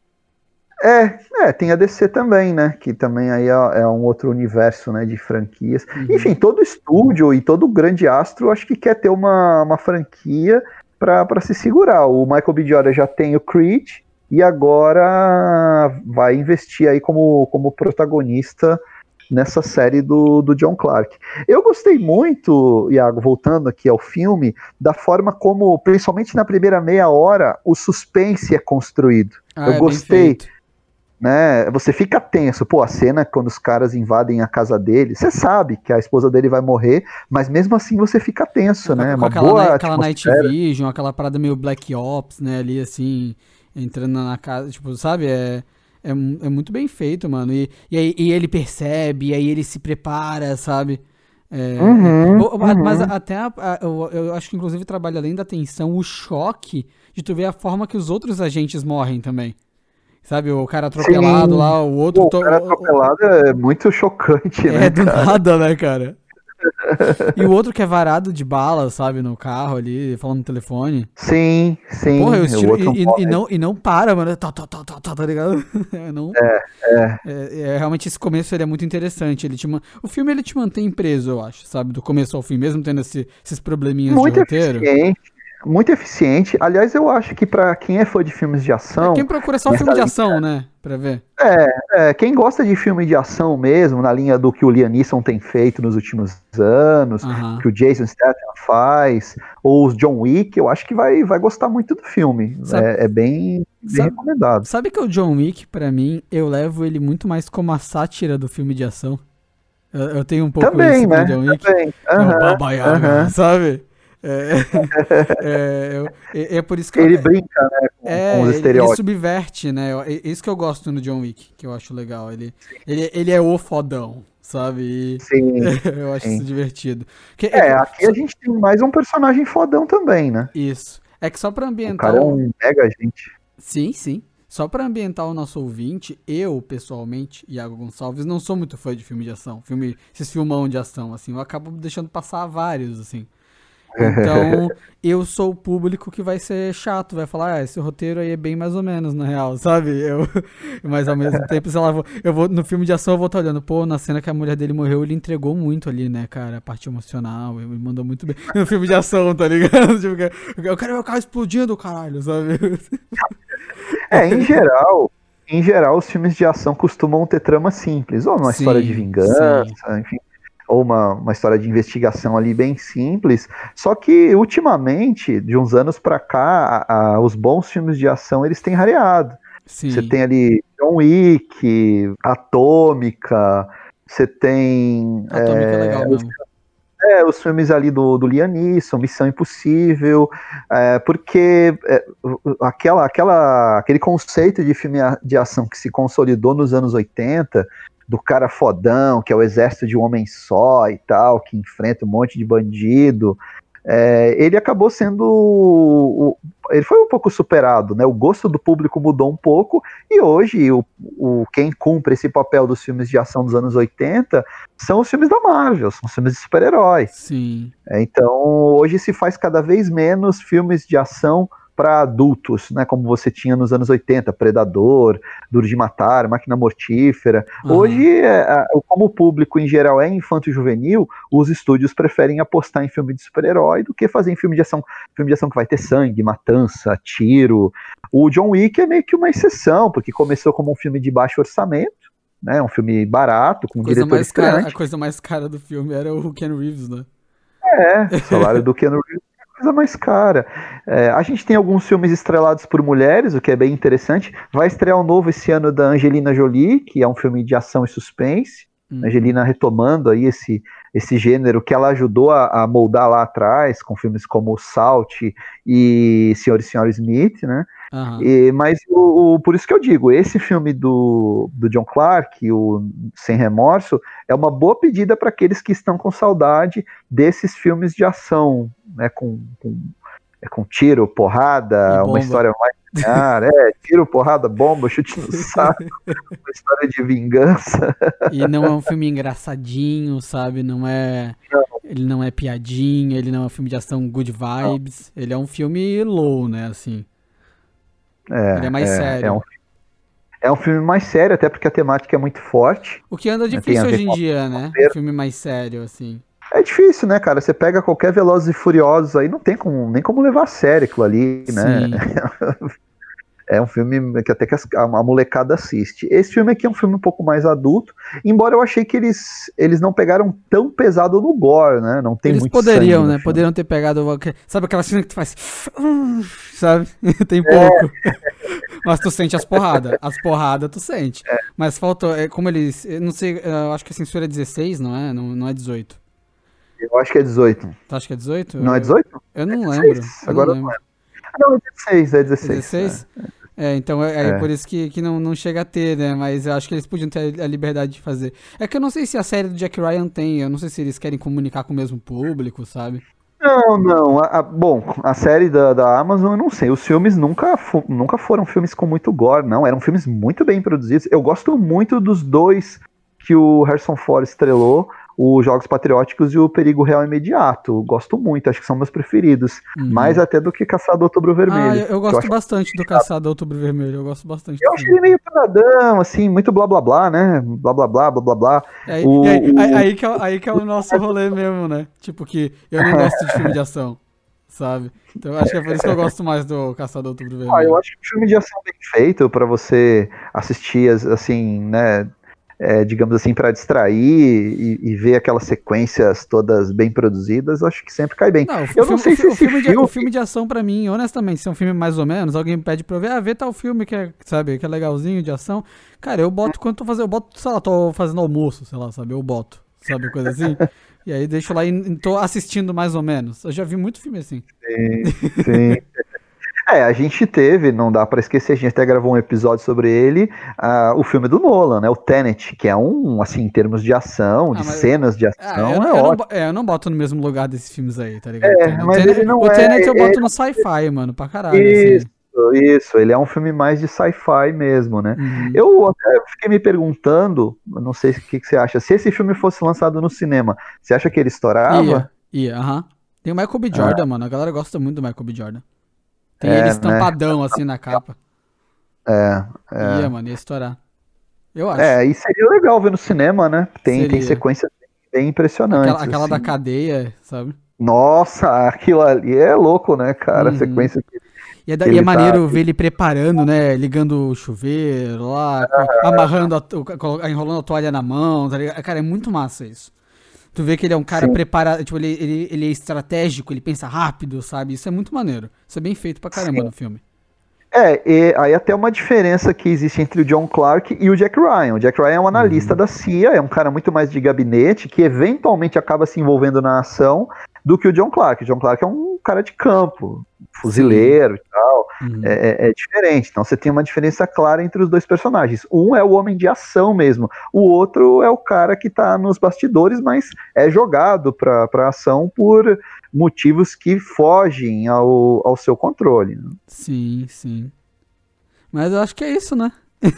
É, é, tem a D C também, né? Que também aí é, é um outro universo, né? De franquias. Uhum. Enfim, todo estúdio e todo grande astro acho que quer ter uma, uma franquia para se segurar. O Michael B. Jordan já tem o Creed e agora vai investir aí como, como protagonista nessa série do, do John Clark. Eu gostei muito, Iago, voltando aqui ao filme, da forma como, principalmente na primeira meia hora, o suspense é construído. Ah, Eu é bem gostei. feito. Né? Você fica tenso, pô, a cena quando os caras invadem a casa dele, você sabe que a esposa dele vai morrer, mas mesmo assim você fica tenso, Com, né? com Uma aquela, boa ni- aquela Night atmosfera. Vision, aquela parada meio Black Ops, né, ali assim, entrando na casa, tipo, sabe, é, é, mu- é muito bem feito, mano, e, e, aí, e ele percebe, e aí ele se prepara, sabe, é, Uhum, o- a- mas uhum. até, a- a- eu, eu acho que inclusive trabalha além da tensão, o choque de tu ver a forma que os outros agentes morrem também, sabe, o cara atropelado Sim. lá, o outro... Pô, to- o cara o- o- atropelado é muito chocante, é, né, do cara? nada, né, cara? E o outro que é varado de bala, sabe, no carro ali, falando no telefone. Sim, sim. Porra, eu o estiro, outro e, e- morre. e não, e não para, mano. Tá, tá, tá, tá, tá, tá ligado? É, não, É. é, é, realmente esse começo ele é muito interessante. Ele te, ma- o filme ele te mantém preso, eu acho, sabe? Do começo ao fim, mesmo tendo esse- esses probleminhas de Muito roteiro. eficiente. Muito eficiente. Aliás, eu acho que pra quem é fã de filmes de É, ação, quem procura só um nessa filme de linha- ação, né? Pra ver. É, quem gosta de filme de ação mesmo, na linha do que o Liam Neeson tem feito nos últimos anos, Aham. que o Jason Statham faz, ou os John Wick, eu acho que vai, vai gostar muito do filme. Sabe- É, é bem, bem sabe- recomendado. Sabe que o John Wick, pra mim, eu levo ele muito mais como a sátira do filme de ação. Eu, eu tenho um pouco Também, isso com né? o John Wick. Também. Que é o Aham, Baba Yaga, aham. sabe? É, é, eu- é, é por isso que eu, Ele brinca, né, com, com é, os ele, ele estereótipos. subverte, né? Eu- É isso que eu gosto no John Wick, que eu acho legal. Ele, ele, ele é o fodão, sabe? E Sim, eu acho isso sim. divertido. Que, é É, que, aqui a só- gente tem mais um personagem fodão também, né? isso. É que só pra O ambientar cara é o. um mega agente. Sim, sim. Só pra ambientar o nosso ouvinte, eu, pessoalmente, Iago Gonçalves, não sou muito fã de filme de ação. Filme, esses filmão de ação, assim. Eu acabo deixando passar vários, assim. Então, eu sou o público que vai ser chato, vai falar, ah, esse roteiro aí é bem mais ou menos, na real, sabe? Eu, mas ao mesmo tempo, sei lá, eu vou, eu vou- no filme de ação eu vou estar olhando, pô, na cena que a mulher dele morreu, ele entregou muito ali, né, cara, a parte emocional, ele mandou muito bem. No filme de ação, tá ligado? Tipo, eu quero ver o carro explodindo, caralho, sabe? É, em geral, em geral, os filmes de ação costumam ter trama simples, ou uma história de Sim, vingança, sim. enfim, ou uma, uma história de investigação ali bem simples. Só que ultimamente, de uns anos pra cá, a- a- os bons filmes de ação eles têm rareado. Você Sim. tem ali John Wick, Atômica, você tem Atômica é legal é, mesmo. é, os filmes ali do, do Liam Neeson, Missão Impossível, é, porque é, aquela, aquela, aquele conceito de filme de ação que se consolidou nos anos oitenta, do cara fodão, que é o exército de um homem só e tal, que enfrenta um monte de bandido, é, ele acabou sendo. o- Ele foi um pouco superado, né? O gosto do público mudou um pouco, e hoje o, o, quem cumpre esse papel dos filmes de ação dos anos oitenta são os filmes da Marvel, são os filmes de super-herói. Sim. É, então, hoje se faz cada vez menos filmes de ação para adultos, né, como você tinha nos anos oitenta, Predador, Duro de Matar, Máquina Mortífera. Aham. Hoje, é, a- como o público em geral é infanto-juvenil, os estúdios preferem apostar em filme de super-herói do que fazer em filme de ação, filme de ação que vai ter sangue, matança, tiro. O John Wick é meio que uma exceção, porque começou como um filme de baixo orçamento, né, um filme barato, com um Coisa diretor mais cara, a estreante. coisa mais cara do filme era o Ken Reeves, né? É, o salário do Keanu Reeves é a coisa mais cara. É, a gente tem alguns filmes estrelados por mulheres, o que é bem interessante. Vai estrear um novo esse ano da Angelina Jolie, que é um filme de ação e suspense. Uhum. Angelina retomando aí esse, esse gênero que ela ajudou a, a moldar lá atrás, com filmes como Salt e Senhor e Senhora Smith, né? Aham. E, mas o, o- por isso que eu digo, esse filme do, do John Clark, o Sem Remorso, é uma boa pedida para aqueles que estão com saudade desses filmes de ação, né, com, com, é, com tiro, E porrada, uma bomba. história mais linear, é, tiro, porrada, bomba, chute no saco, uma história de vingança. E não é um filme engraçadinho, sabe? Não é. Ele não é piadinha, ele não é um filme de ação good vibes. Ele é um filme low, né? Assim. Ele é É, mais é, é sério. um, é um filme mais sério, até porque a temática é muito forte, O que anda né, tem a difícil ver hoje em com dia, a né? Um perda. filme mais sério, assim. É difícil, né, cara? Você pega qualquer Velozes e Furiosos aí, não tem como, nem como levar a sério aquilo ali, né? Sim. É um filme que até que as- a, a molecada assiste. Esse filme aqui é um filme um pouco mais adulto, embora eu achei que eles, eles não pegaram tão pesado no gore, né? Não tem Eles muito sangue poderiam, no né? filme. Poderiam ter pegado. o- Sabe aquela cena que tu faz. Sabe? Tem É, pouco. Mas tu sente as porradas. As porradas tu sente. Mas faltou. É como eles. Eu não sei. Eu acho que a censura é dezesseis, não é? Não, não é dezoito. eu acho que é dezoito. Tu acha que é dezoito? Não é Eu, dezoito? eu É não lembro. dezesseis. Eu não Agora eu não lembro. lembro. Ah, não, é dezesseis, é É dezesseis. dezesseis? É, então é, é É. por isso que, que não, não chega a ter, né? Mas eu acho que eles podiam ter a liberdade de fazer. É que eu não sei se a série do Jack Ryan tem, eu não sei se eles querem comunicar com o mesmo público, sabe? Não, não. A- a- bom, a série da, da Amazon, eu não sei. Os filmes nunca, fo- nunca foram filmes com muito gore, não. Eram filmes muito bem produzidos. Eu gosto muito dos dois que o Harrison Ford estrelou, os Jogos Patrióticos e o Perigo Real Imediato. Eu gosto muito, acho que são meus preferidos. Mais Uhum. até do que Caçado Outubro Ah, Vermelho. eu, eu Que eu gosto acho, bastante do Caçado do Outubro Vermelho, eu gosto bastante do eu acho filme. ele meio pesadão, assim, muito blá blá blá, né? Blá blá blá, blá blá blá. É aí, e aí, aí, O, o- aí que é, aí que é o nosso rolê mesmo, né? Tipo que eu não gosto de filme de ação, sabe? Então eu acho que é por isso que eu gosto mais do Caçado do Outubro Ah, eu Vermelho. acho que um filme de ação bem feito pra você assistir, as- assim, né? É, digamos assim, pra distrair e, e ver aquelas sequências todas bem produzidas, eu acho que sempre cai bem. Não, o, fi- Eu o não filme, o, sei fi- se o esse filme de, o filme. filme de ação pra mim, honestamente, se é um filme mais ou menos, alguém me pede pra eu ver, ah, vê tal filme que é, sabe, que é legalzinho de ação. Cara, eu boto quando tô fazendo, eu boto, sei lá, tô fazendo almoço, sei lá, sabe, eu boto, sabe, coisa assim. E aí deixo lá e tô assistindo mais ou menos. Eu já vi muito filme assim. Sim, sim. É, a gente teve, não dá pra esquecer, a gente até gravou um episódio sobre ele, uh, o filme do Nolan, né, o Tenet, que é um, assim, em termos de ação, de Ah, mas, cenas de ah, ação, eu, é eu, ótimo. não, é, eu não boto no mesmo lugar desses filmes aí, tá ligado? É, mas Tenet, ele não o é... Tenet eu boto é, no sci-fi, mano, pra caralho, isso, assim. isso, ele é um filme mais de sci-fi mesmo, né. Uhum. Eu até fiquei me perguntando, não sei o que, que você acha, se esse filme fosse lançado no cinema, você acha que ele estourava? Ia, ia, aham. Tem o Michael B. Jordan, mano, a galera gosta muito do Michael B. Jordan. Tem ele É, né? estampadão, assim, na capa. É, Ia, é. mano, ia estourar. Eu acho. É, e seria legal ver no cinema, né? Tem, tem Seria. sequências bem Aquela, impressionantes, aquela da assim. cadeia, sabe? Nossa, aquilo ali é louco, né, cara? A Uhum. sequência que, E é, da- que e é ele tá. maneiro ver ele preparando, né? Ligando o chuveiro lá, co- amarrando, a, to- colo- enrolando a toalha na mão, tá ligado? Cara, é muito massa isso. Tu vê que ele é um cara Sim. preparado, tipo, ele, ele, ele é estratégico, ele pensa rápido, sabe? Isso é muito maneiro. Isso é bem feito pra caramba Sim. no filme. É, e aí até uma diferença que existe entre o John Clark e o Jack Ryan. O Jack Ryan é um analista Uhum. da C I A, é um cara muito mais de gabinete, que eventualmente acaba se envolvendo na ação do que o John Clark. O John Clark é um cara de campo, fuzileiro e tal, Uhum. é, é- é diferente. Então você tem uma diferença clara entre os dois personagens. Um é o homem de ação mesmo, o outro é o cara que tá nos bastidores, mas é jogado pra, pra ação por motivos que fogem ao, ao seu controle, né? Sim, sim. Mas eu acho que é isso, né?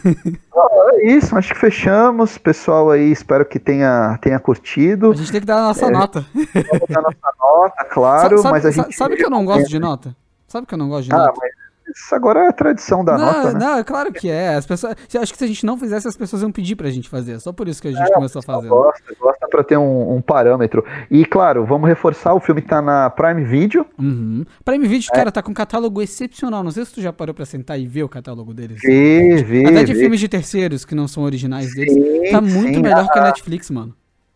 É isso, acho que fechamos. Pessoal aí, espero que tenha, tenha curtido. A gente tem que dar a nossa É, nota. Vamos dar nossa nota, Sa- claro, sabe, mas a sa- gente. sabe que eu não gosto de nota? Sabe que eu não gosto de Ah, nota? mas isso agora é a tradição da Não, nota, né? não, é claro que é. As pessoas, eu acho que se a gente não fizesse, as pessoas iam pedir pra gente fazer. Só por isso que a gente começou a fazer. Né? Gosta, gosta pra ter um, um parâmetro. E claro, vamos reforçar: o filme tá na Prime Video. Uhum. Prime Video, É. cara, tá com um catálogo excepcional. Não sei se tu já parou pra sentar e ver o catálogo deles. Vi, vi. Até de vi. filmes de terceiros que não são originais deles. Sim, Tá muito sim. melhor que a Netflix, mano.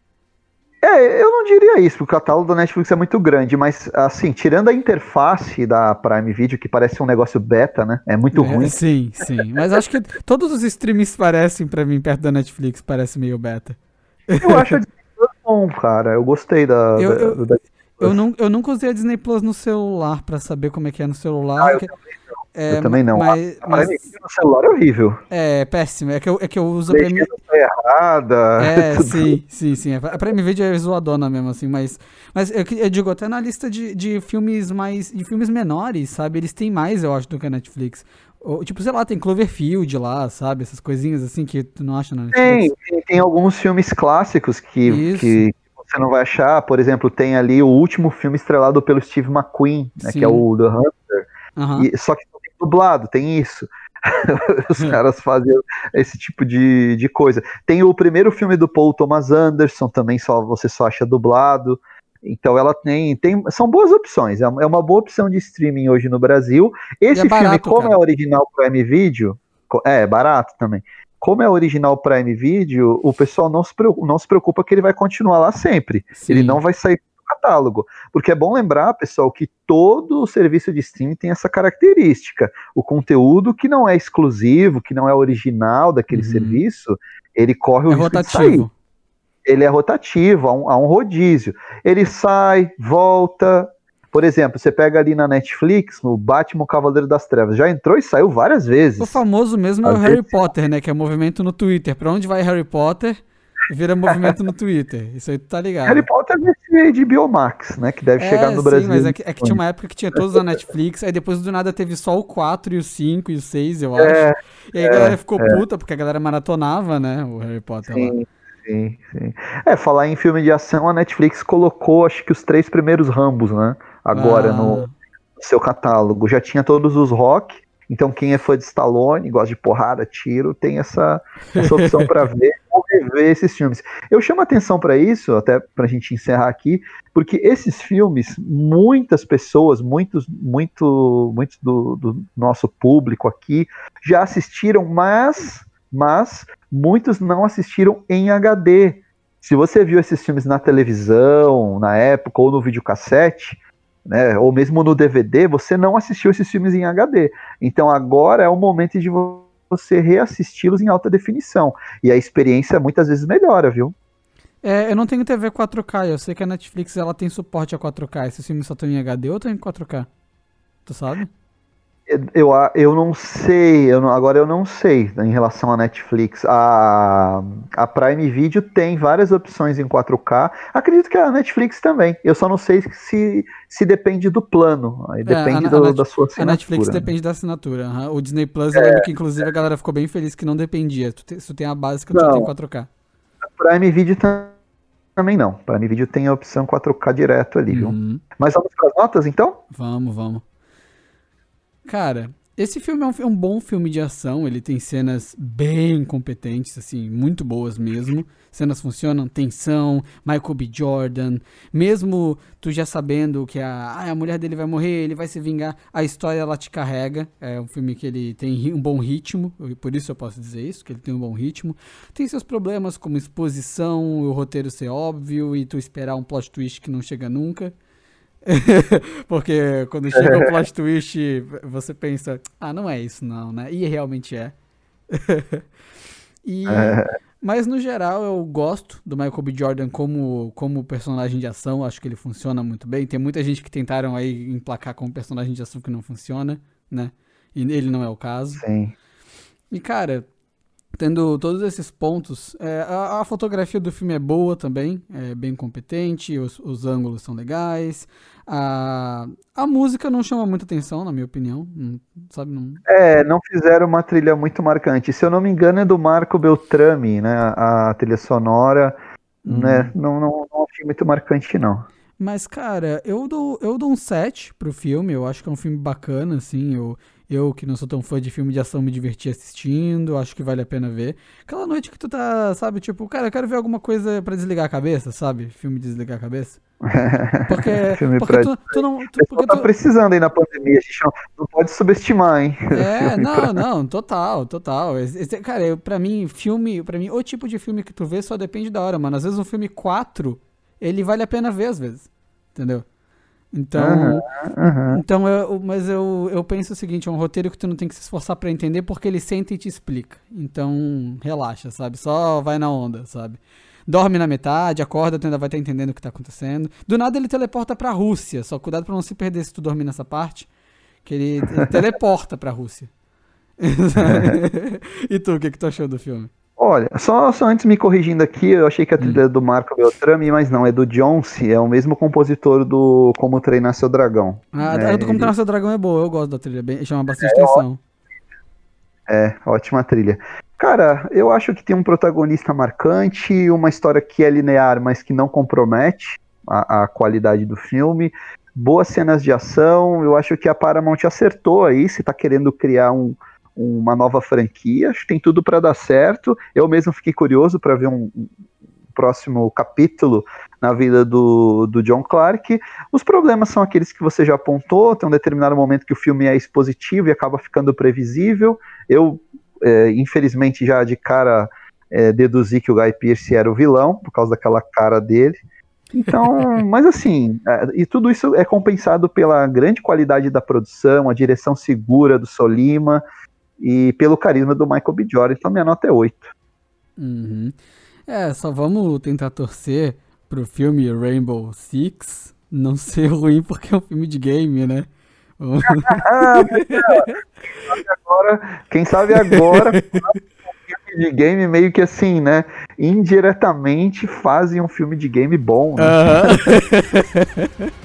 É, eu não diria isso, porque o catálogo da Netflix é muito grande, mas assim, tirando a interface da Prime Video, que parece um negócio beta, né? É muito É, ruim. sim, sim. Mas acho que todos os streams parecem pra mim, perto da Netflix, parece meio beta. Eu acho a Disney Plus bom, cara. Eu gostei da, Eu, da, eu, da- eu, não, eu nunca usei a Disney Plus no celular pra saber como é que é no celular. Ah, eu que- também não. é, Eu também não. Mas, A mas Prime Video no celular é horrível. é péssimo. É que eu, é que eu uso a Prime... Legenda tá errada. É, tudo. sim, sim, sim. A Prime Video é zoadona mesmo, assim, mas, mas eu, que- eu digo, até na lista de, de filmes mais, de filmes menores, sabe, eles têm mais, eu acho, do que a Netflix. Ou, tipo, sei lá, tem Cloverfield lá, sabe, essas coisinhas assim que tu não acha na Netflix. Tem, tem, tem alguns filmes clássicos que, Isso. que você não vai achar. Por exemplo, tem ali o último filme estrelado pelo Steve McQueen, né, Sim. que é o The Hunter. Aham. E, só que não tem dublado, tem isso. Os É. caras fazem esse tipo de, de coisa. Tem o primeiro filme do Paul Thomas Anderson, também só você só acha dublado. Então ela tem, tem são boas opções. É uma boa opção de streaming hoje no Brasil. Esse E é filme, barato, como cara. é original Prime Video, co- é, é barato também. Como é original Prime Video, o pessoal não se preocupa, não se preocupa que ele vai continuar lá sempre. Ele Sim. não vai sair do catálogo. Porque é bom lembrar, pessoal, que todo o serviço de streaming tem essa característica. O conteúdo que não é exclusivo, que não é original daquele Uhum. serviço, ele corre o É risco de sair. rotativo. Ele é rotativo, há um, há um rodízio. Ele sai, volta. Por exemplo, você pega ali na Netflix, no Batman Cavaleiro das Trevas, já entrou e saiu várias vezes. O famoso mesmo é o Às Harry vezes- Potter, né, que é movimento no Twitter. Pra onde vai Harry Potter, vira movimento no Twitter. Isso aí tu tá ligado. Harry Potter vai ser de Biomax, né? Que deve É, chegar no sim, Brasil. mas é que, é que tinha uma época que tinha todos da Netflix, aí depois do nada teve só o quatro e o cinco e o seis, eu acho. É, E aí a galera ficou puta, porque a galera maratonava, né, o Harry Potter lá. sim, sim, sim. É, falar em filme de ação, a Netflix colocou, acho que os três primeiros Rambos, né? Agora Ah. no seu catálogo. Já tinha todos os Rock, então quem é fã de Stallone, gosta de porrada, tiro, tem essa, essa opção para ver ou rever esses filmes. Eu chamo atenção para isso, até pra gente encerrar aqui, porque esses filmes, muitas pessoas, muitos, muito, muito do, do nosso público aqui já assistiram, mas, mas muitos não assistiram em H D. Se você viu esses filmes na televisão, na época, ou no videocassete, né, ou mesmo no D V D, você não assistiu esses filmes em H D. Então agora é o momento de você reassisti-los em alta definição. E a experiência muitas vezes melhora, viu? É, eu não tenho T V quatro K, eu sei que a Netflix ela tem suporte a quatro K. Esses filmes só estão em H D ou estão em quatro K? Tu sabe? Eu, eu não sei, eu não- agora eu não sei em relação à Netflix. A, a Prime Video tem várias opções em quatro K. Acredito que a Netflix também. Eu só não sei se, se depende do plano. Aí É, depende a, do- a Net- da sua a Netflix assinatura, né? depende da assinatura. Aham. O Disney Plus, eu lembro que inclusive a galera ficou bem feliz que não dependia. Tu te- se tu tem a básica, tu já tem Não, quatro K. a Prime Video tam- também não. Prime Video tem a opção quatro K direto ali, viu? Uhum. Mas vamos para as notas, então? Vamos, vamos. Cara, esse filme é um, fi- é um bom filme de ação, ele tem cenas bem competentes, assim, muito boas mesmo. Cenas funcionam, tensão, Michael B. Jordan, mesmo tu já sabendo que a, ah, a mulher dele vai morrer, ele vai se vingar, a história ela te carrega. É um filme que ele tem ri- um bom ritmo, eu- por isso eu posso dizer isso, que ele tem um bom ritmo. Tem seus problemas como exposição, o roteiro ser óbvio e tu esperar um plot twist que não chega nunca. Porque quando chega o plot twist, você pensa, ah, não é isso não, né? E realmente é. E, mas no geral eu gosto do Michael B. Jordan como, como personagem de ação, acho que ele funciona muito bem. Tem muita gente que tentaram aí emplacar como personagem de ação que não funciona, né? E ele não é o caso. Sim. E cara, tendo todos esses pontos, é, a, a fotografia do filme é boa também, é bem competente, os, os ângulos são legais, a, a música não chama muita atenção, na minha opinião, não- sabe? Não, É, não fizeram uma trilha muito marcante. Se eu não me engano, é do Marco Beltrami, né? A, a trilha sonora, né? Hum. Não, não, não achei muito marcante, não. Mas, cara, eu dou, eu dou um sete pro filme, eu acho que é um filme bacana, assim, eu, eu que não sou tão fã de filme de ação me diverti assistindo, acho que vale a pena ver. Aquela noite que tu tá, sabe, tipo, cara, eu quero ver alguma coisa pra desligar a cabeça, sabe? Filme de desligar a cabeça. Porque, Filme porque pra... tu, tu não, O tu- pessoal porque tá tu, precisando aí na pandemia, a gente não, não pode subestimar, hein? é, Filme não, pra... não, total, total. Esse- esse- cara, eu, pra mim, filme, pra mim, o tipo de filme que tu vê só depende da hora, mano. Às vezes um filme quatro ele vale a pena ver às vezes, entendeu? Aham, Então, en- aham. então eu, mas eu, eu penso o seguinte, é um roteiro que tu não tem que se esforçar pra entender porque ele senta e te explica. Então, relaxa, sabe? Só vai na onda, sabe? Dorme na metade, acorda, tu ainda vai estar entendendo o que tá acontecendo. Do nada ele teleporta pra Rússia, só cuidado pra não se perder se tu dormir nessa parte, que ele, ele teleporta pra Rússia. E tu, o que que tu achou do filme? Olha, só, só antes me corrigindo aqui, eu achei que a Hum. trilha é do Marco Beltrami, mas não, é do Jonce, é o mesmo compositor do Como Treinar Seu Dragão. Ah, É, a do Como ele- Treinar Seu Dragão é boa, eu gosto da trilha, bem, chama bastante atenção. É, ótima trilha. Cara, eu acho que tem um protagonista marcante, uma história que é linear, mas que não compromete a, a qualidade do filme. Boas cenas de ação. Eu acho que a Paramount acertou aí, se tá querendo criar um- uma nova franquia. Acho que tem tudo para dar certo. Eu mesmo fiquei curioso para ver um, um próximo capítulo na vida do, do John Clark. Os problemas são aqueles que você já apontou. Tem um determinado momento que o filme é expositivo e acaba ficando previsível. Eu, é, infelizmente, já de cara é, deduzi que o Guy Pearce era o vilão, por causa daquela cara dele. Então, mas assim, é, e tudo isso é compensado pela grande qualidade da produção, a direção segura do Solima e pelo carisma do Michael B. Jordan. Então minha nota é oito. Uhum. É, só vamos tentar torcer pro filme Rainbow Six não ser ruim porque é um filme de game, né? Ah, agora, quem sabe agora, filme de game meio que assim, né? Indiretamente fazem um filme de game bom, né? Aham.